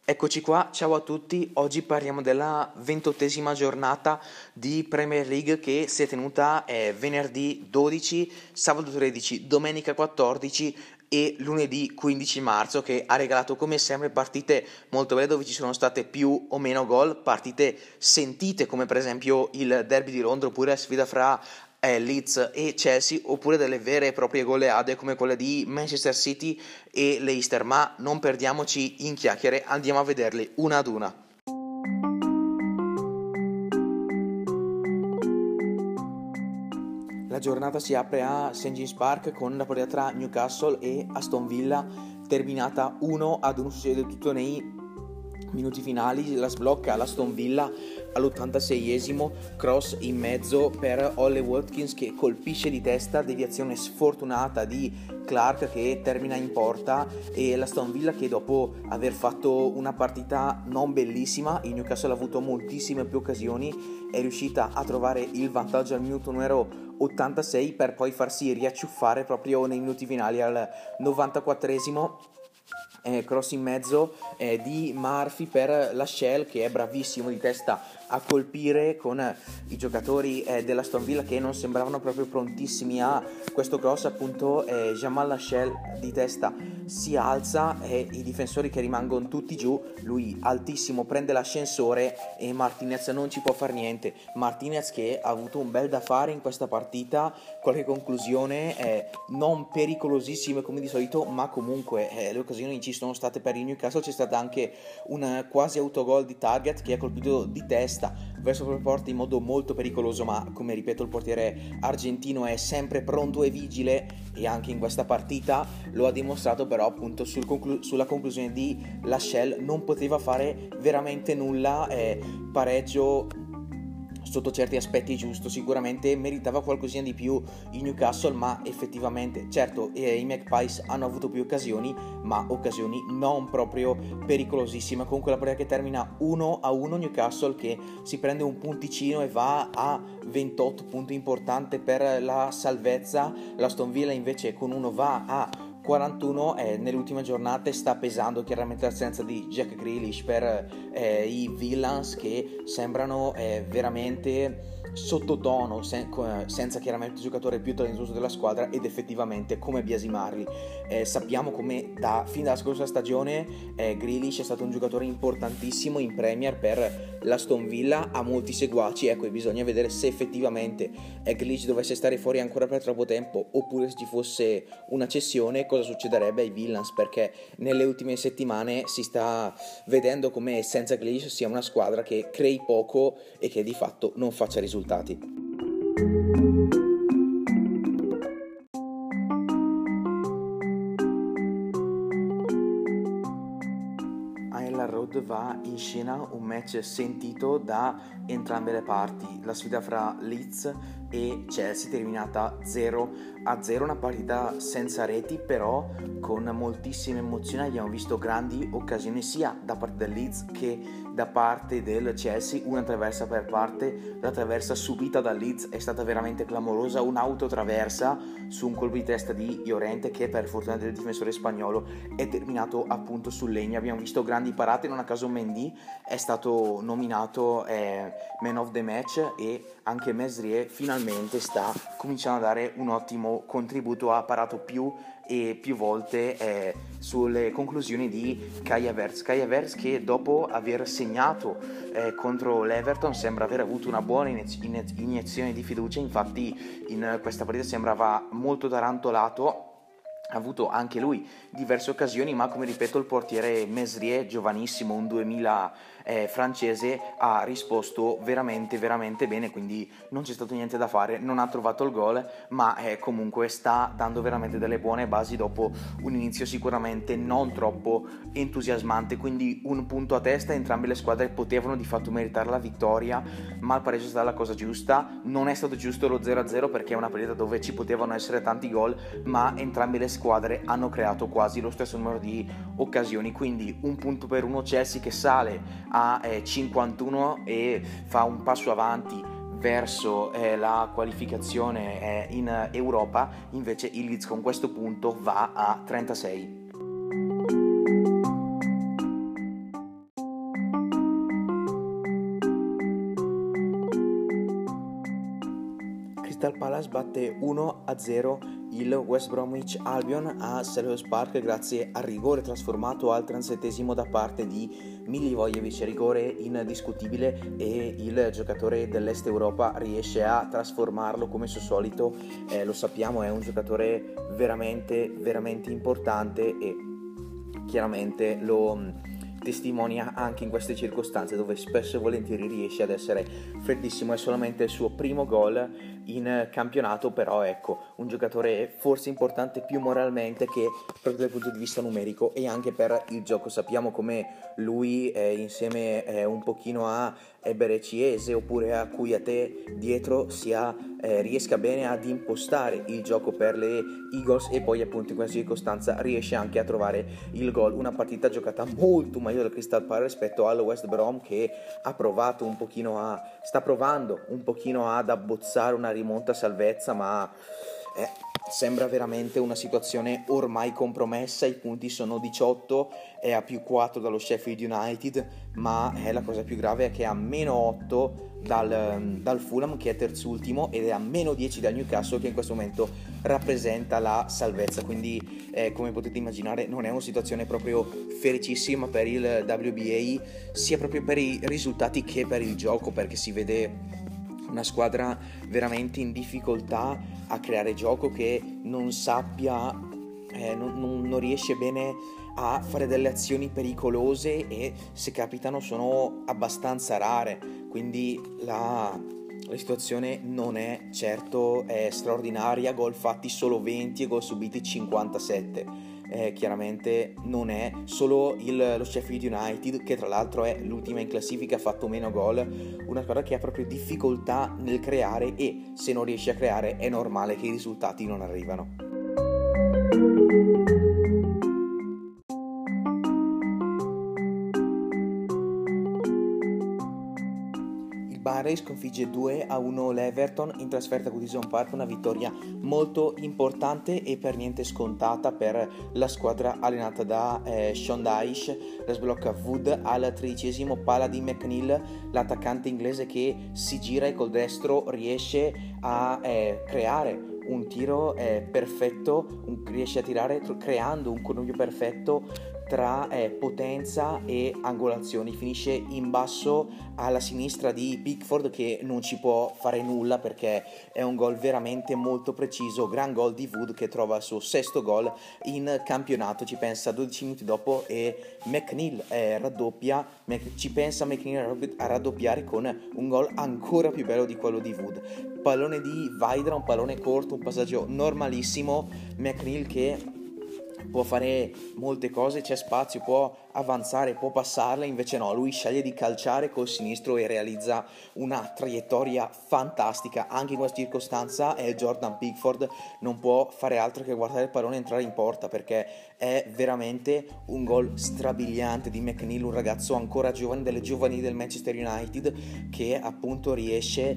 Eccoci qua, ciao a tutti. Oggi parliamo della 28esima giornata di Premier League che si è tenuta venerdì 12, sabato 13, domenica 14 e lunedì 15 marzo, che ha regalato come sempre partite molto belle dove ci sono state più o meno gol, partite sentite come per esempio il derby di Londra oppure la sfida fra Leeds e Chelsea, oppure delle vere e proprie goleade come quelle di Manchester City e Leicester. Ma non perdiamoci in chiacchiere, andiamo a vederle una ad una. La giornata si apre a St. James Park con la partita tra Newcastle e Aston Villa, terminata 1-1. Succede tutto nei minuti finali, la sblocca l'Aston Villa all'86esimo, cross in mezzo per Ollie Watkins che colpisce di testa, deviazione sfortunata di Clark che termina in porta, e l'Aston Villa che dopo aver fatto una partita non bellissima, il Newcastle ha avuto moltissime più occasioni, è riuscita a trovare il vantaggio al minuto numero 86 per poi farsi riacciuffare proprio nei minuti finali al 94esimo. Cross in mezzo di Murphy per la Shell che è bravissimo di testa a colpire con i giocatori dell'Aston Villa che non sembravano proprio prontissimi a questo cross. Appunto Jamal Lascelles di testa si alza e i difensori che rimangono tutti giù, lui altissimo prende l'ascensore e Martinez non ci può fare niente. Martinez che ha avuto un bel da fare in questa partita, qualche conclusione non pericolosissime come di solito, ma comunque le occasioni ci sono state per il Newcastle. C'è stata anche un quasi autogol di Target che ha colpito di testa verso le porte in modo molto pericoloso, ma come ripeto il portiere argentino è sempre pronto e vigile e anche in questa partita lo ha dimostrato. Però appunto sulla conclusione di Lascelles non poteva fare veramente nulla, pareggio sotto certi aspetti giusto, sicuramente meritava qualcosina di più il Newcastle, ma effettivamente certo i Magpies hanno avuto più occasioni, ma occasioni non proprio pericolosissime. Comunque la partita che termina 1-1, Newcastle che si prende un punticino e va a 28 punti, importante per la salvezza. l'Aston Villa invece con uno va a 41, nelle ultime giornate sta pesando chiaramente l'assenza di Jack Grealish per i Villains che sembrano veramente sottotono, senza chiaramente il giocatore più talentuoso della squadra ed effettivamente come biasimarli. Sappiamo come fin dalla scorsa stagione Grealish è stato un giocatore importantissimo in Premier per l'Aston Villa, ha molti seguaci, ecco, e bisogna vedere se effettivamente Grealish dovesse stare fuori ancora per troppo tempo oppure se ci fosse una cessione cosa succederebbe ai Villains, perché nelle ultime settimane si sta vedendo come senza Grealish sia una squadra che crei poco e che di fatto non faccia risultati. A Ellen Road va in scena un match sentito da entrambe le parti, la sfida fra Leeds e Chelsea terminata 0-0, una partita senza reti però con moltissime emozioni. Abbiamo visto grandi occasioni sia da parte del Leeds che da parte del Chelsea, una traversa per parte, la traversa subita dal Leeds è stata veramente clamorosa, un'autotraversa su un colpo di testa di Llorente che per fortuna del difensore spagnolo è terminato appunto sul legno. Abbiamo visto grandi parate, non a caso Mendy è stato nominato Man of the Match e anche Mesrier finalmente sta cominciando a dare un ottimo contributo, ha parato più e più volte sulle conclusioni di Kai Havertz che dopo aver segnato contro l'Everton sembra aver avuto una buona iniezione di fiducia. Infatti in questa partita sembrava molto tarantolato, ha avuto anche lui diverse occasioni, ma come ripeto il portiere Mesrier, giovanissimo, un 2000 francese, ha risposto veramente bene, quindi non c'è stato niente da fare, non ha trovato il gol, ma comunque sta dando veramente delle buone basi dopo un inizio sicuramente non troppo entusiasmante. Quindi un punto a testa, entrambe le squadre potevano di fatto meritare la vittoria, ma il pareggio è stata la cosa giusta. Non è stato giusto lo 0-0 perché è una partita dove ci potevano essere tanti gol, ma entrambe le squadre hanno creato quasi lo stesso numero di occasioni, quindi un punto per uno. Chelsea che sale a 51 e fa un passo avanti verso la qualificazione in Europa, invece il Leeds con questo punto va a 36. Crystal Palace batte 1-0 il West Bromwich Albion a Selhurst Park grazie al rigore trasformato al 37esimo da parte di Milivojevic, rigore indiscutibile, e il giocatore dell'Est Europa riesce a trasformarlo come suo solito. Lo sappiamo, è un giocatore veramente veramente importante e chiaramente lo testimonia anche in queste circostanze dove spesso e volentieri riesce ad essere freddissimo. È solamente il suo primo gol in campionato, però ecco, un giocatore forse importante più moralmente che proprio dal punto di vista numerico e anche per il gioco. Sappiamo come lui insieme un pochino a Eberechiese oppure a Kouyaté dietro riesca bene ad impostare il gioco per le Eagles e poi appunto in questa circostanza riesce anche a trovare il gol. Una partita giocata molto meglio dal Crystal Palace rispetto al West Brom, che sta provando un pochino ad abbozzare una rimonta salvezza, ma sembra veramente una situazione ormai compromessa. I punti sono 18, è a più 4 dallo Sheffield United, ma la cosa più grave è che è a meno 8 dal Fulham, che è terzultimo, ed è a meno 10 dal Newcastle, che in questo momento rappresenta la salvezza. Quindi come potete immaginare non è una situazione proprio felicissima per il WBA, sia proprio per i risultati che per il gioco, perché si vede una squadra veramente in difficoltà a creare gioco, che non riesce bene a fare delle azioni pericolose e se capitano sono abbastanza rare. Quindi la situazione non è certo straordinaria. Gol fatti solo 20 e gol subiti 57. Chiaramente non è solo lo Sheffield United, che tra l'altro è l'ultima in classifica, ha fatto meno gol, una squadra che ha proprio difficoltà nel creare, e se non riesce a creare è normale che i risultati non arrivano. Barley sconfigge 2-1 l'Everton in trasferta a Goodison Park, una vittoria molto importante e per niente scontata per la squadra allenata da Sean Dyche. La sblocca Wood al 13esimo, palla di McNeil, l'attaccante inglese che si gira e col destro riesce a creare un tiro perfetto, riesce a tirare creando un connubio perfetto tra potenza e angolazioni. Finisce in basso alla sinistra di Pickford, che non ci può fare nulla perché è un gol veramente molto preciso. Gran gol di Wood, che trova il suo sesto gol in campionato, ci pensa 12 minuti dopo e McNeil raddoppia. Ci pensa McNeil a raddoppiare con un gol ancora più bello di quello di Wood. Pallone di Vydra, un pallone corto, un passaggio normalissimo. McNeil che può fare molte cose, c'è spazio, può avanzare, può passarla, invece no, lui sceglie di calciare col sinistro e realizza una traiettoria fantastica. Anche in questa circostanza Jordan Pickford non può fare altro che guardare il pallone entrare in porta, perché è veramente un gol strabiliante di McNeil, un ragazzo ancora giovane, delle giovani del Manchester United, che appunto riesce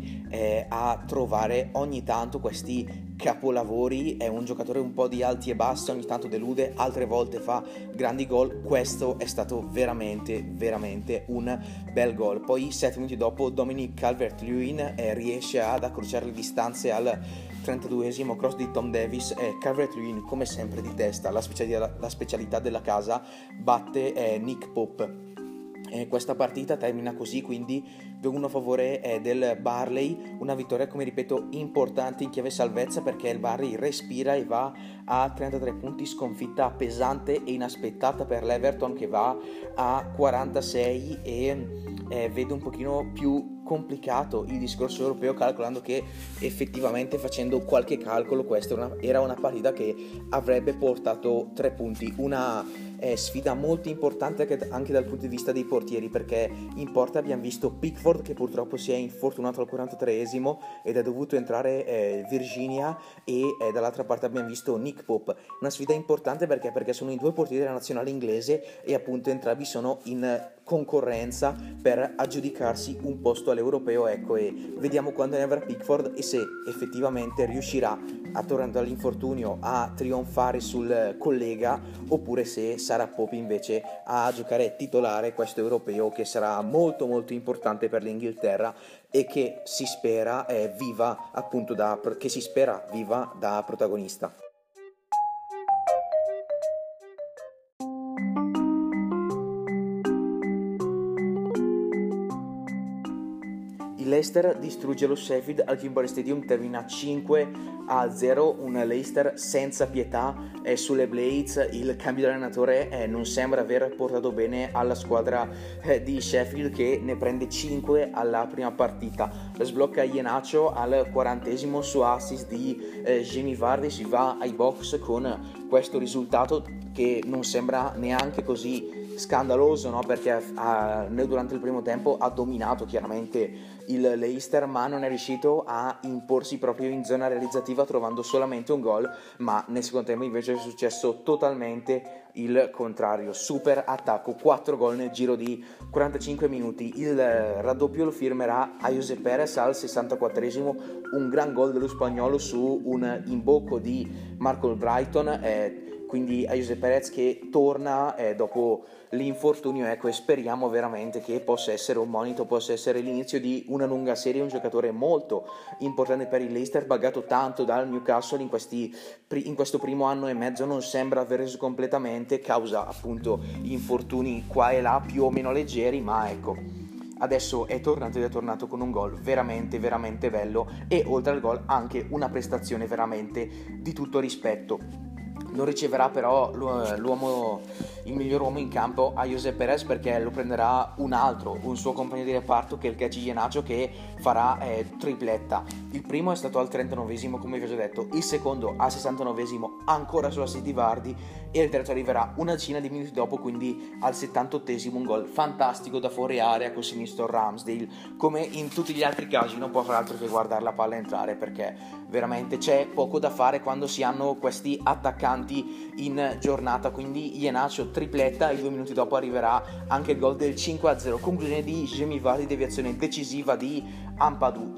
a trovare ogni tanto questi capolavori. È un giocatore un po' di alti e bassi, ogni tanto delude, altre volte fa grandi gol. Questo è stato veramente veramente un bel gol. Poi 7 minuti dopo Dominic Calvert-Lewin riesce ad accorciare le distanze al 32esimo, cross di Tom Davies. Calvert-Lewin come sempre di testa, la specialità della casa, batte Nick Pope. Questa partita termina così, quindi 2-1 a favore del Barley, una vittoria, come ripeto, importante in chiave salvezza, perché il Barley respira e va a 33 punti, sconfitta pesante e inaspettata per l'Everton che va a 46 e vede un pochino più complicato il discorso europeo, calcolando che effettivamente, facendo qualche calcolo, questa era una partita che avrebbe portato 3 punti, una sfida molto importante anche dal punto di vista dei portieri, perché in porta abbiamo visto Pickford che purtroppo si è infortunato al 43esimo ed è dovuto entrare Virginia, e dall'altra parte abbiamo visto Nick Pope. Una sfida importante perché sono i due portieri della nazionale inglese e appunto entrambi sono in concorrenza per aggiudicarsi un posto all'europeo, ecco, e vediamo quando ne avrà Pickford e se effettivamente riuscirà, tornando dall'infortunio, a trionfare sul collega, oppure se Sarah Pope invece a giocare titolare questo europeo, che sarà molto molto importante per l'Inghilterra e che si spera viva da protagonista. Il Leicester distrugge lo Sheffield al Kimberley Stadium, termina 5-0, un Leicester senza pietà sulle Blades. Il cambio di allenatore non sembra aver portato bene alla squadra di Sheffield, che ne prende 5 alla prima partita. Sblocca Iheanacho al 40esimo su assist di Jamie Vardy, si va ai box con questo risultato che non sembra neanche così scandaloso, no? Perché durante il primo tempo ha dominato chiaramente il Leicester, ma non è riuscito a imporsi proprio in zona realizzativa, trovando solamente un gol. Ma nel secondo tempo invece è successo totalmente il contrario: super attacco, 4 gol nel giro di 45 minuti. Il raddoppio lo firmerà Ayoze Perez al 64esimo, un gran gol dello spagnolo su un imbocco di Marco Brighton, quindi Ayoze Perez che torna dopo l'infortunio, ecco, e speriamo veramente che possa essere un monito, possa essere l'inizio di una lunga serie. Un giocatore molto importante per il Leicester, pagato tanto dal Newcastle in questo primo anno e mezzo, non sembra aver reso completamente, causa appunto infortuni qua e là più o meno leggeri, ma ecco, adesso è tornato ed è tornato con un gol veramente veramente bello, e oltre al gol anche una prestazione veramente di tutto rispetto. Non riceverà però il miglior uomo in campo Ayoze Perez, perché lo prenderà un suo compagno di reparto, che è il Kechi Iheanacho, che farà tripletta. Il primo è stato al 39esimo, come vi ho già detto, il secondo al 69esimo ancora sulla assist di Vardy, e il terzo arriverà una decina di minuti dopo, quindi al 78esimo, un gol fantastico da fuori area col sinistro Ramsdale. Come in tutti gli altri casi non può far altro che guardare la palla entrare, perché veramente c'è poco da fare quando si hanno questi attaccanti in giornata. Quindi Iheanacho tripletta e 2 minuti dopo arriverà anche il gol del 5-0, conclusione di Jamie Vardy, deviazione decisiva di Ampadu,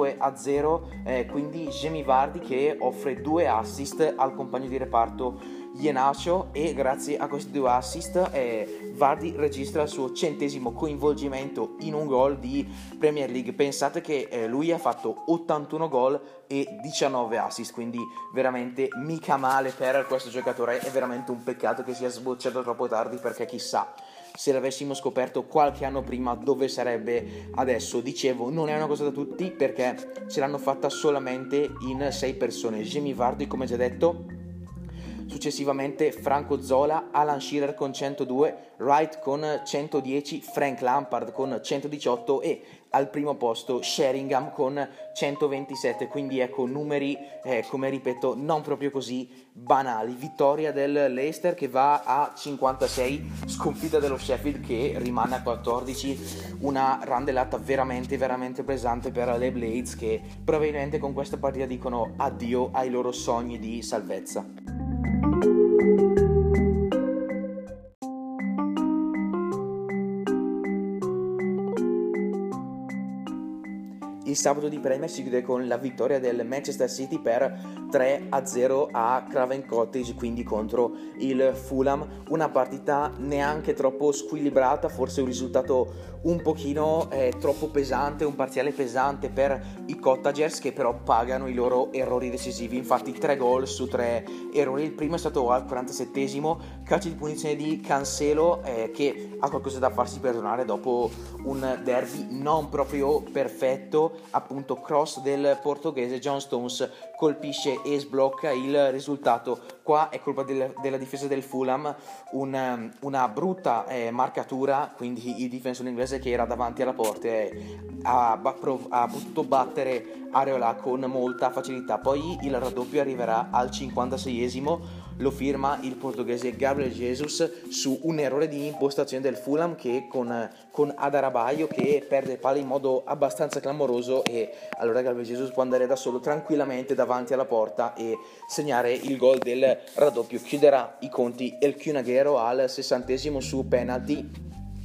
5-0, quindi Jamie Vardy che offre 2 assist al compagno di reparto Iheanacho, e grazie a questi 2 assist Vardy registra il suo 100° coinvolgimento in un gol di Premier League. Pensate che lui ha fatto 81 gol e 19 assist, quindi veramente mica male per questo giocatore. È veramente un peccato che sia sbocciato troppo tardi, perché chissà se l'avessimo scoperto qualche anno prima dove sarebbe adesso. Dicevo, non è una cosa da tutti, perché ce l'hanno fatta solamente in 6 persone. Jamie Vardy, come già detto, successivamente Franco Zola, Alan Shearer con 102, Wright con 110, Frank Lampard con 118 e al primo posto Sheringham con 127. Quindi ecco, numeri come ripeto non proprio così banali. Vittoria del Leicester che va a 56, sconfitta dello Sheffield che rimane a 14, una randellata veramente veramente pesante per le Blades, che probabilmente con questa partita dicono addio ai loro sogni di salvezza. Il sabato di Premier si chiude con la vittoria del Manchester City per 3-0 a Craven Cottage, quindi contro il Fulham. Una partita neanche troppo squilibrata, forse un risultato un pochino troppo pesante, un parziale pesante per i Cottagers, che però pagano i loro errori decisivi. Infatti 3 gol su 3 errori. Il primo è stato al 47esimo, calcio di punizione di Cancelo, che ha qualcosa da farsi perdonare dopo un derby non proprio perfetto. Appunto, cross del portoghese, John Stones colpisce e sblocca il risultato. Qua è colpa della difesa del Fulham, una brutta marcatura, quindi il difensore inglese che era davanti alla porta ha potuto battere Areola con molta facilità. Poi il raddoppio arriverà al 56esimo, lo firma il portoghese Gabriel Jesus su un errore di impostazione del Fulham, che con Adarabaio che perde palla in modo abbastanza clamoroso, e allora Gabriel Jesus può andare da solo tranquillamente davanti alla porta e segnare il gol del raddoppio. Chiuderà i conti El Cunagüero al 60esimo su penalty.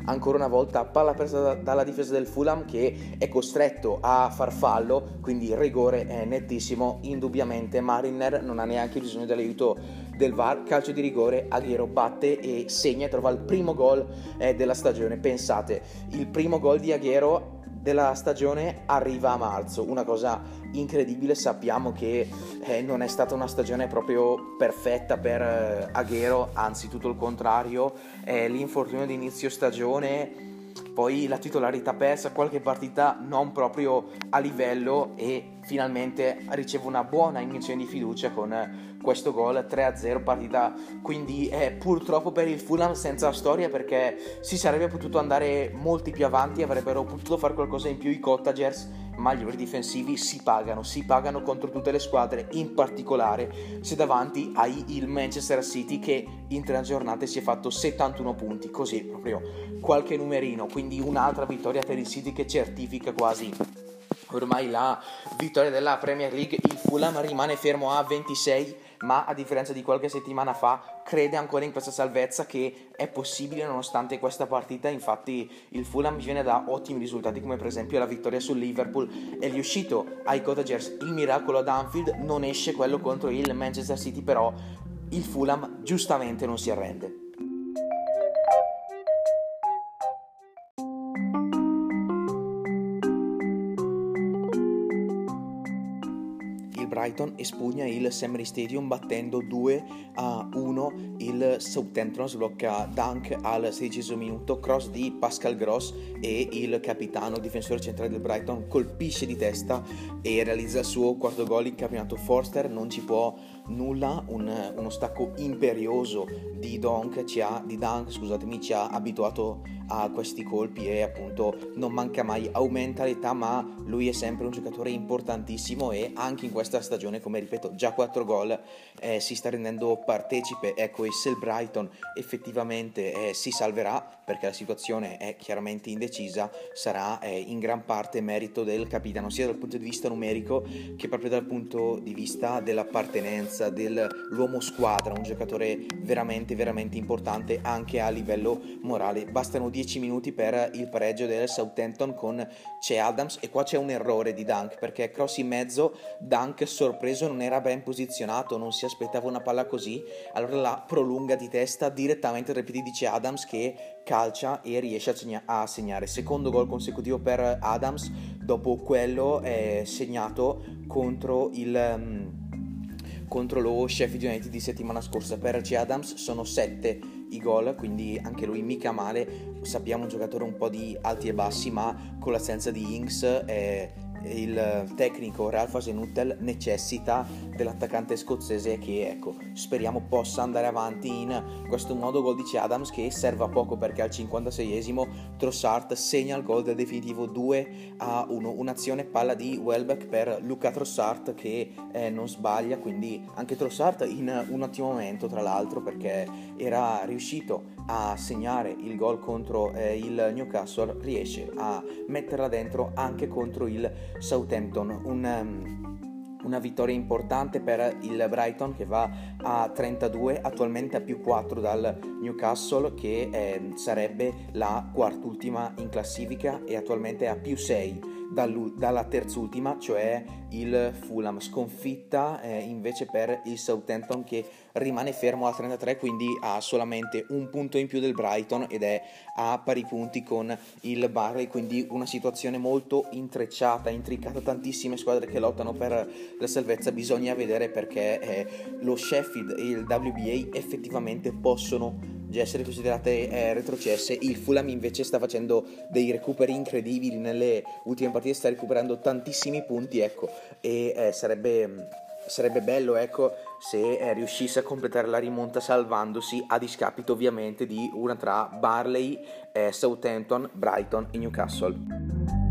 ancora una volta palla presa dalla difesa del Fulham, che è costretto a far fallo, quindi il rigore è nettissimo. Indubbiamente Mariner non ha neanche bisogno dell'aiuto del VAR, calcio di rigore, Agüero batte e segna e trova il primo gol della stagione. Pensate, il primo gol di Agüero della stagione arriva a marzo, una cosa incredibile. Sappiamo che non è stata una stagione proprio perfetta per Agüero, anzi tutto il contrario, l'infortunio di inizio stagione, poi la titolarità persa, qualche partita non proprio a livello, e finalmente riceve una buona iniezione di fiducia con questo gol 3-0, partita quindi purtroppo per il Fulham senza storia, perché si sarebbe potuto andare molti più avanti, avrebbero potuto fare qualcosa in più i Cottagers, ma gli errori difensivi si pagano contro tutte le squadre, in particolare se davanti hai il Manchester City, che in 3 giornate si è fatto 71 punti, così proprio qualche numerino, quindi un'altra vittoria per il City che certifica quasi ormai la vittoria della Premier League. Il Fulham rimane fermo a 26, ma a differenza di qualche settimana fa crede ancora in questa salvezza, che è possibile nonostante questa partita. Infatti il Fulham viene da ottimi risultati, come per esempio la vittoria sul Liverpool. È riuscito ai Cottagers il miracolo ad Anfield, non esce quello contro il Manchester City, però il Fulham giustamente non si arrende. Brighton espugna il Semri Stadium battendo 2-1 il Southampton. Sblocca Dunk al 16° minuto, cross di Pascal Gross, e il capitano difensore centrale del Brighton colpisce di testa e realizza il suo quarto gol in campionato. Forster non ci può nulla, uno stacco imperioso di Dunk ci ha abituato a questi colpi, e appunto non manca mai, aumenta l'età, ma lui è sempre un giocatore importantissimo, e anche in questa stagione, come ripeto, già 4 gol, si sta rendendo partecipe. Ecco, e se il Brighton effettivamente si salverà, perché la situazione è chiaramente indecisa, sarà in gran parte merito del capitano, sia dal punto di vista numerico che proprio dal punto di vista dell'appartenenza, dell'uomo squadra, un giocatore veramente veramente importante anche a livello morale. Bastano 10 minuti per il pareggio del Southampton con Che Adams, e qua c'è un errore di Dunk, perché cross in mezzo, Dunk sorpreso non era ben posizionato, non si aspettava una palla così, allora la prolunga di testa direttamente ai piedi di Che Adams, che calcia e riesce a segnare. Secondo gol consecutivo per Adams dopo quello segnato contro lo Sheffield United di settimana scorsa. Per Che Adams sono 7 i gol, quindi anche lui mica male. Sappiamo un giocatore un po' di alti e bassi, ma con l'assenza di Ings il tecnico Ralph Hasenhüttl necessita dell'attaccante scozzese, che ecco, speriamo possa andare avanti in questo modo. Gol di Che Adams che serve a poco, perché al 56esimo Trossard segna il gol del definitivo 2-1, un'azione palla di Welbeck per Luca Trossard che non sbaglia, quindi anche Trossard in un ottimo momento, tra l'altro, perché era riuscito a segnare il gol contro il Newcastle, riesce a metterla dentro anche contro il Southampton. Una vittoria importante per il Brighton, che va a 32, attualmente a più 4 dal Newcastle, che sarebbe la quart'ultima in classifica, e attualmente a più 6 dalla terzultima, cioè il Fulham. Sconfitta invece per il Southampton, che rimane fermo a 33, quindi ha solamente un punto in più del Brighton ed è a pari punti con il Burnley, quindi una situazione molto intrecciata, intricata, tantissime squadre che lottano per la salvezza. Bisogna vedere perché lo Sheffield e il WBA effettivamente possono già essere considerate retrocesse. Il Fulham invece sta facendo dei recuperi incredibili nelle ultime partite, sta recuperando tantissimi punti, ecco, e sarebbe bello, ecco, se riuscisse a completare la rimonta salvandosi, a discapito ovviamente di una tra Burnley, Southampton, Brighton e Newcastle.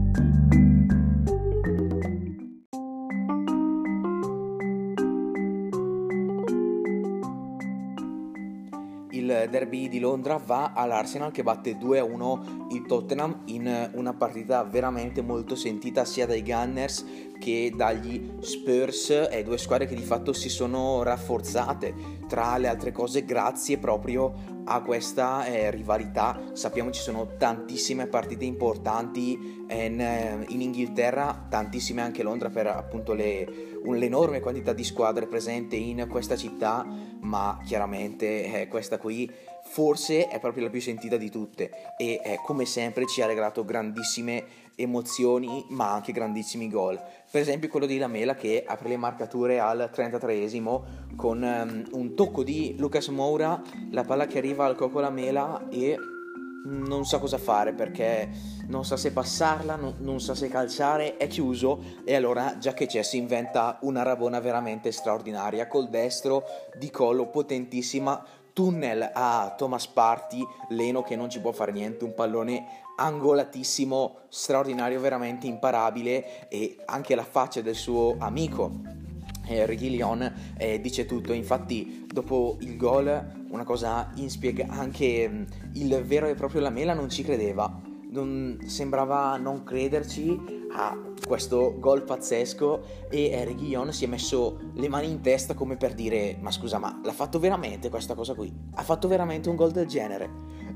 Il derby di Londra va all'Arsenal, che batte 2-1 il Tottenham in una partita veramente molto sentita sia dai Gunners che dagli Spurs, due squadre che di fatto si sono rafforzate, tra le altre cose grazie proprio a questa rivalità. Sappiamo ci sono tantissime partite importanti in Inghilterra, tantissime anche a Londra per appunto l'enorme quantità di squadre presenti in questa città, ma chiaramente questa qui forse è proprio la più sentita di tutte e come sempre ci ha regalato grandissime emozioni ma anche grandissimi gol. Per esempio quello di Lamela che apre le marcature al 33esimo con un tocco di Lucas Moura, la palla che arriva al Coco Lamela e non sa cosa fare perché non sa se passarla, non sa se calciare, è chiuso e allora già che c'è si inventa una rabona veramente straordinaria col destro di collo potentissima, tunnel a Thomas Partey, Leno che non ci può fare niente, un pallone angolatissimo, straordinario, veramente imparabile e anche la faccia del suo amico Reguilón dice tutto. Infatti dopo il gol una cosa anche il vero e proprio Lamela non ci credeva, sembrava non crederci a questo gol pazzesco e Reguilón si è messo le mani in testa come per dire ma scusa, ma l'ha fatto veramente questa cosa qui? Ha fatto veramente un gol del genere?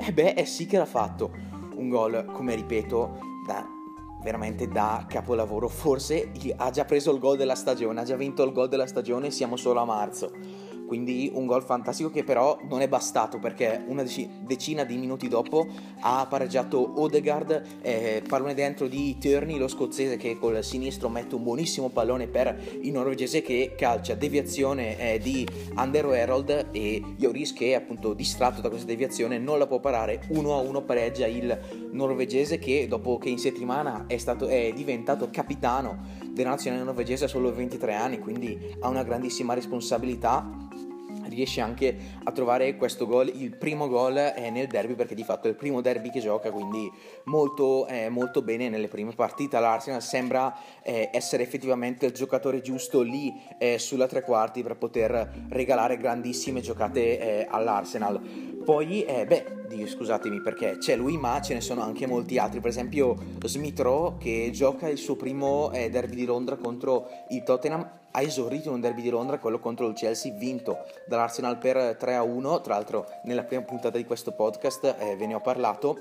Sì che l'ha fatto un gol, come ripeto, veramente da capolavoro. Forse ha già preso il gol della stagione, ha già vinto il gol della stagione, siamo solo a marzo, quindi un gol fantastico che però non è bastato perché una decina di minuti dopo ha pareggiato Odegaard, pallone dentro di Tierney, lo scozzese che col sinistro mette un buonissimo pallone per il norvegese che calcia, deviazione di Alderweireld e Lloris che appunto distratto da questa deviazione non la può parare, 1-1 pareggia il norvegese che dopo che in settimana è diventato capitano della nazionale norvegese a solo 23 anni, quindi ha una grandissima responsabilità. Riesce anche a trovare questo gol, il primo gol nel derby, perché di fatto è il primo derby che gioca, quindi molto bene nelle prime partite. L'Arsenal sembra essere effettivamente il giocatore giusto lì sulla tre quarti per poter regalare grandissime giocate all'Arsenal. Poi, scusatemi perché c'è lui ma ce ne sono anche molti altri, per esempio Smith Rowe che gioca il suo primo derby di Londra contro il Tottenham, ha esorito in un derby di Londra, quello contro il Chelsea, vinto dall'Arsenal per 3-1, tra l'altro nella prima puntata di questo podcast ve ne ho parlato,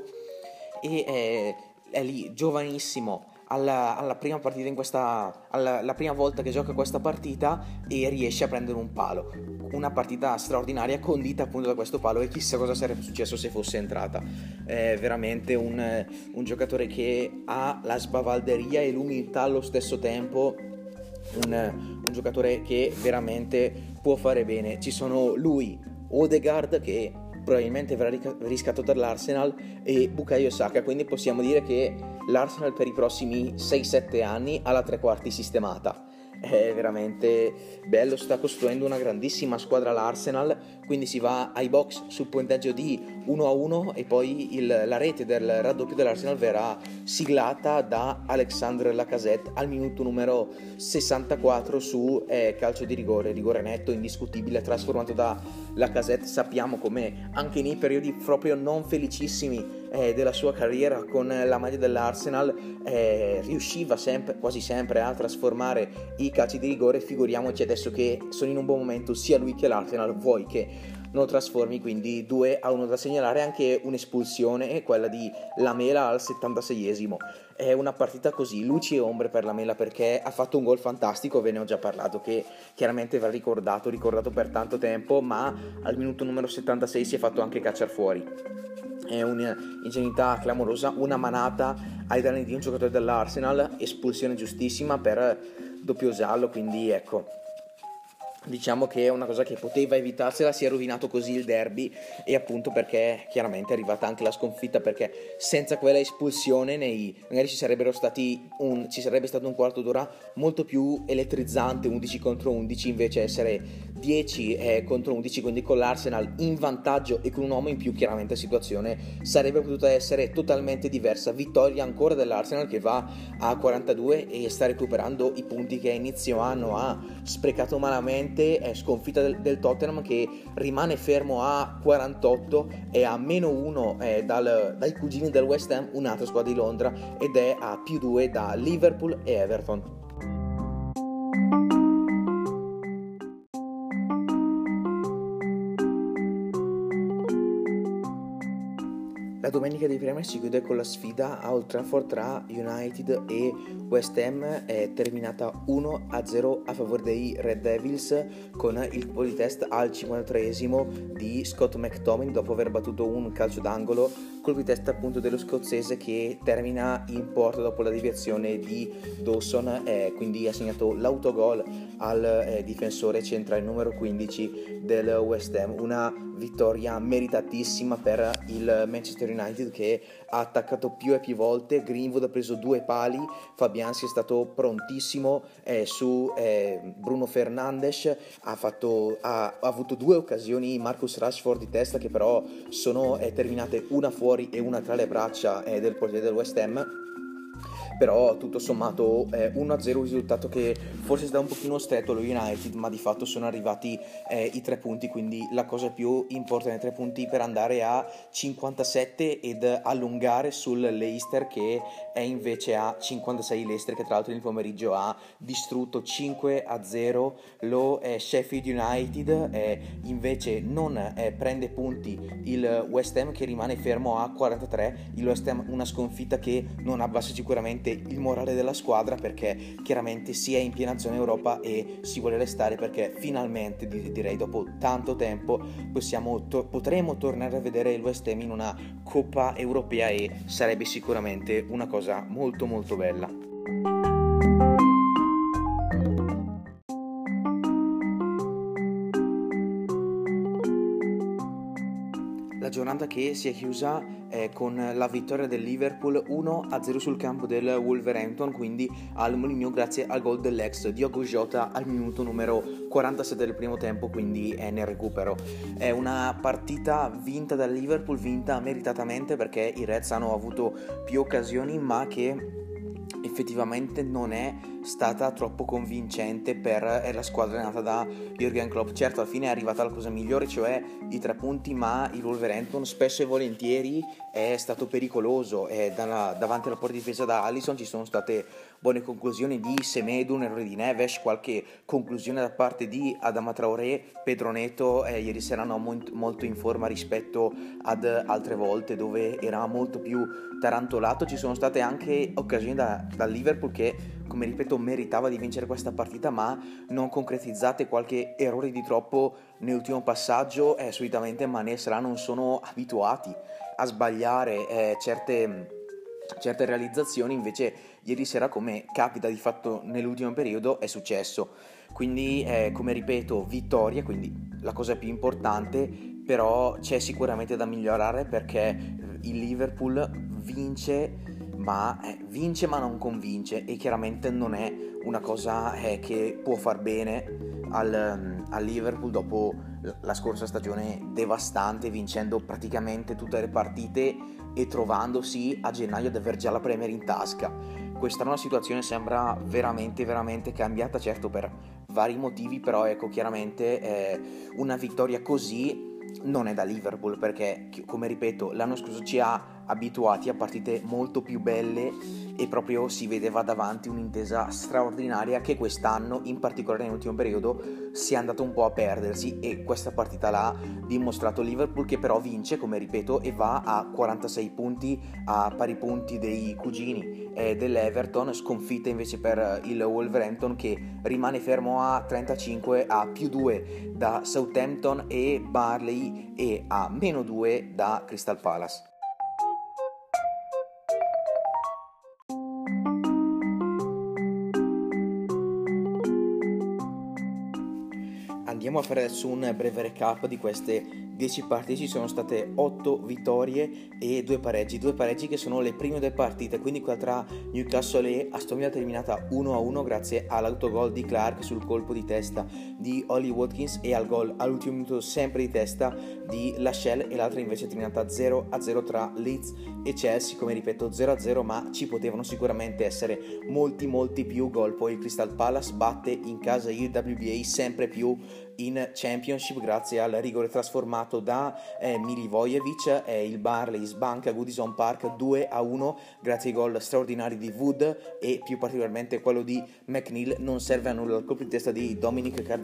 e è lì giovanissimo alla prima partita alla prima volta che gioca questa partita e riesce a prendere un palo, una partita straordinaria condita appunto da questo palo e chissà cosa sarebbe successo se fosse entrata. È veramente un giocatore che ha la sbavalderia e l'umiltà allo stesso tempo, un giocatore che veramente può fare bene. Ci sono lui, Odegaard che probabilmente verrà riscattato dall'Arsenal e Bukayo Saka, quindi possiamo dire che l'Arsenal per i prossimi 6-7 anni ha la tre quarti sistemata. È veramente bello, sta costruendo una grandissima squadra l'Arsenal, quindi si va ai box sul punteggio di 1-1 e poi la rete del raddoppio dell'Arsenal verrà siglata da Alexandre Lacazette al minuto numero 64 su calcio di rigore netto, indiscutibile, trasformato da Lacazette. Sappiamo come anche nei periodi proprio non felicissimi della sua carriera con la maglia dell'Arsenal riusciva quasi sempre a trasformare i calci di rigore, figuriamoci adesso che sono in un buon momento sia lui che l'Arsenal, vuoi che non lo trasformi. Quindi 2-1 da segnalare, anche un'espulsione, quella di Lamela al 76esimo. È una partita così, luci e ombre per Lamela perché ha fatto un gol fantastico, ve ne ho già parlato, che chiaramente va ricordato per tanto tempo, ma al minuto numero 76 si è fatto anche cacciar fuori. È un'ingenuità clamorosa, una manata ai danni di un giocatore dell'Arsenal, espulsione giustissima per doppio giallo, quindi ecco, diciamo che è una cosa che poteva evitarsela, si è rovinato così il derby e appunto perché chiaramente è arrivata anche la sconfitta, perché senza quella espulsione magari ci sarebbe stato un quarto d'ora molto più elettrizzante, 11 contro 11, invece essere 10 contro 11, quindi con l'Arsenal in vantaggio e con un uomo in più, chiaramente la situazione sarebbe potuta essere totalmente diversa. Vittoria ancora dell'Arsenal che va a 42 e sta recuperando i punti che a inizio anno ha sprecato malamente, sconfitta del Tottenham che rimane fermo a 48 e a -1 dai cugini del West Ham, un'altra squadra di Londra, ed è a +2 da Liverpool e Everton. La domenica di Premier si chiude con la sfida a Old Trafford tra United e West Ham, è terminata 1-0 a favore dei Red Devils con il colpo di testa al 53esimo di Scott McTominay dopo aver battuto un calcio d'angolo, colpo di testa appunto dello scozzese che termina in porta dopo la deviazione di Dawson, quindi ha segnato l'autogol al difensore centrale numero 15 del West Ham. Una vittoria meritatissima per il Manchester United che ha attaccato più e più volte. Greenwood ha preso 2 pali, Fabianski è stato prontissimo su Bruno Fernandes, ha avuto 2 occasioni Marcus Rashford di testa che però sono terminate una fuori e una tra le braccia del portiere del West Ham. Però tutto sommato 1-0, un risultato che forse è stato un pochino stretto lo United, ma di fatto sono arrivati i 3 punti, quindi la cosa più importante, 3 punti per andare a 57 ed allungare sul Leicester che è invece a 56. Leicester che tra l'altro nel pomeriggio ha distrutto 5-0 lo Sheffield United, invece non prende punti il West Ham che rimane fermo a 43. Il West Ham una sconfitta che non abbassa sicuramente il morale della squadra, perché chiaramente si è in piena zona Europa e si vuole restare, perché finalmente direi dopo tanto tempo potremo tornare a vedere il West Ham in una Coppa Europea e sarebbe sicuramente una cosa molto molto bella. La giornata che si è chiusa con la vittoria del Liverpool 1-0 sul campo del Wolverhampton, quindi al Molineux grazie al gol dell'ex Diogo Jota al minuto numero 47 del primo tempo, quindi è nel recupero. È una partita vinta dal Liverpool, vinta meritatamente perché i Reds hanno avuto più occasioni ma che effettivamente non è stata troppo convincente per la squadra nata da Jürgen Klopp. Certo, alla fine è arrivata la cosa migliore, cioè i 3 punti, ma il Wolverhampton spesso e volentieri è stato pericoloso. Davanti alla porta difesa da Alisson ci sono state buone conclusioni di Semedo, un errore di Neves, qualche conclusione da parte di Adama Traoré. Pedro Neto ieri sera molto in forma rispetto ad altre volte dove era molto più tarantolato. Ci sono state anche occasioni da Liverpool che, come ripeto, meritava di vincere questa partita ma non concretizzate, qualche errore di troppo nell'ultimo passaggio. Solitamente Mané e Salah non sono abituati a sbagliare certe realizzazioni, invece ieri sera, come capita di fatto nell'ultimo periodo, è successo. Quindi come ripeto, vittoria, quindi la cosa più importante, però c'è sicuramente da migliorare perché il Liverpool vince ma non convince, e chiaramente non è una cosa che può far bene al Liverpool dopo la scorsa stagione devastante, vincendo praticamente tutte le partite e trovandosi a gennaio ad aver già la Premier in tasca. Quest'anno la situazione sembra veramente veramente cambiata, certo per vari motivi, però ecco, chiaramente una vittoria così non è da Liverpool, perché come ripeto l'anno scorso ci ha abituati a partite molto più belle e proprio si vedeva davanti un'intesa straordinaria che quest'anno, in particolare nell'ultimo periodo, si è andato un po' a perdersi, e questa partita l'ha dimostrato. Liverpool che però vince, come ripeto, e va a 46 punti, a pari punti dei cugini dell'Everton, sconfitta invece per il Wolverhampton che rimane fermo a 35, a più 2 da Southampton e Burnley e a meno 2 da Crystal Palace. Andiamo a fare adesso un breve recap di queste 10 partite. Ci sono state 8 vittorie e 2 pareggi che sono le prime 2 partite, quindi quella tra Newcastle e Aston Villa terminata 1-1 grazie all'autogol di Clark sul colpo di testa di Ollie Watkins e al gol all'ultimo minuto sempre di testa di Lascelles, e l'altra invece è terminata 0-0 tra Leeds e Chelsea, come ripeto 0-0, ma ci potevano sicuramente essere molti più gol. Poi il Crystal Palace batte in casa il WBA sempre più in Championship grazie al rigore trasformato da Milivojevic. Il Burnley sbanca Goodison Park 2-1 grazie ai gol straordinari di Wood e più particolarmente quello di McNeil. Non serve a nulla il colpo di testa di Dominic Calvert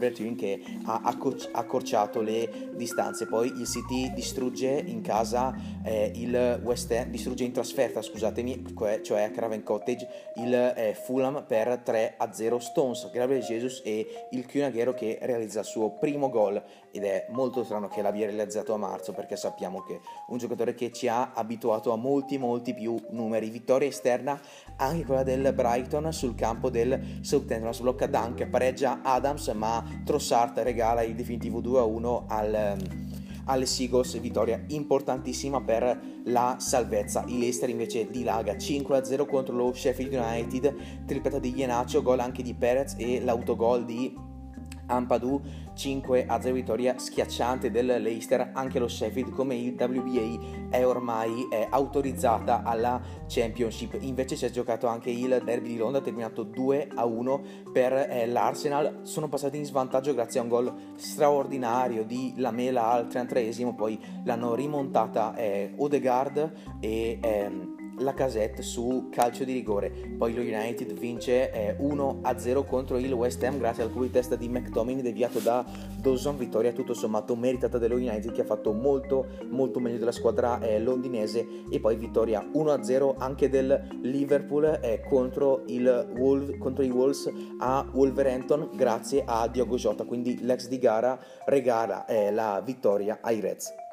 Calvert-Lewin che ha accorciato le distanze. Poi il City distrugge in casa il West Ham, distrugge in trasferta, scusatemi, cioè a Craven Cottage, il Fulham per 3-0. Stones, Gabriel Jesus e il Kun Aguero che realizza il suo primo gol, ed è molto strano che l'abbia realizzato a marzo, perché sappiamo che è un giocatore che ci ha abituato a molti più numeri. Vittoria esterna anche quella del Brighton sul campo del Southampton, sblocca Dunk, pareggia Adams, ma Trossard regala il definitivo 2-1 alle Seagulls, vittoria importantissima per la salvezza. Il Leicester invece dilaga 5-0 contro lo Sheffield United, tripletta di Iheanacho, gol anche di Perez e l'autogol di Ampadu. 5-0, vittoria schiacciante del Leicester. Anche lo Sheffield, come il WBA, è ormai autorizzata alla Championship. Invece si è giocato anche il derby di Londra, terminato 2-1 per l'Arsenal. Sono passati in svantaggio grazie a un gol straordinario di Lamela al 33esimo, poi l'hanno rimontata Odegaard e Lacazette su calcio di rigore. Poi lo United vince 1-0 contro il West Ham grazie al colpo di testa di McTominay deviato da Dawson, vittoria tutto sommato meritata dello United, che ha fatto molto meglio della squadra londinese. E poi vittoria 1-0 anche del Liverpool contro i Wolves a Wolverhampton grazie a Diogo Jota, quindi l'ex di gara regala la vittoria ai Reds.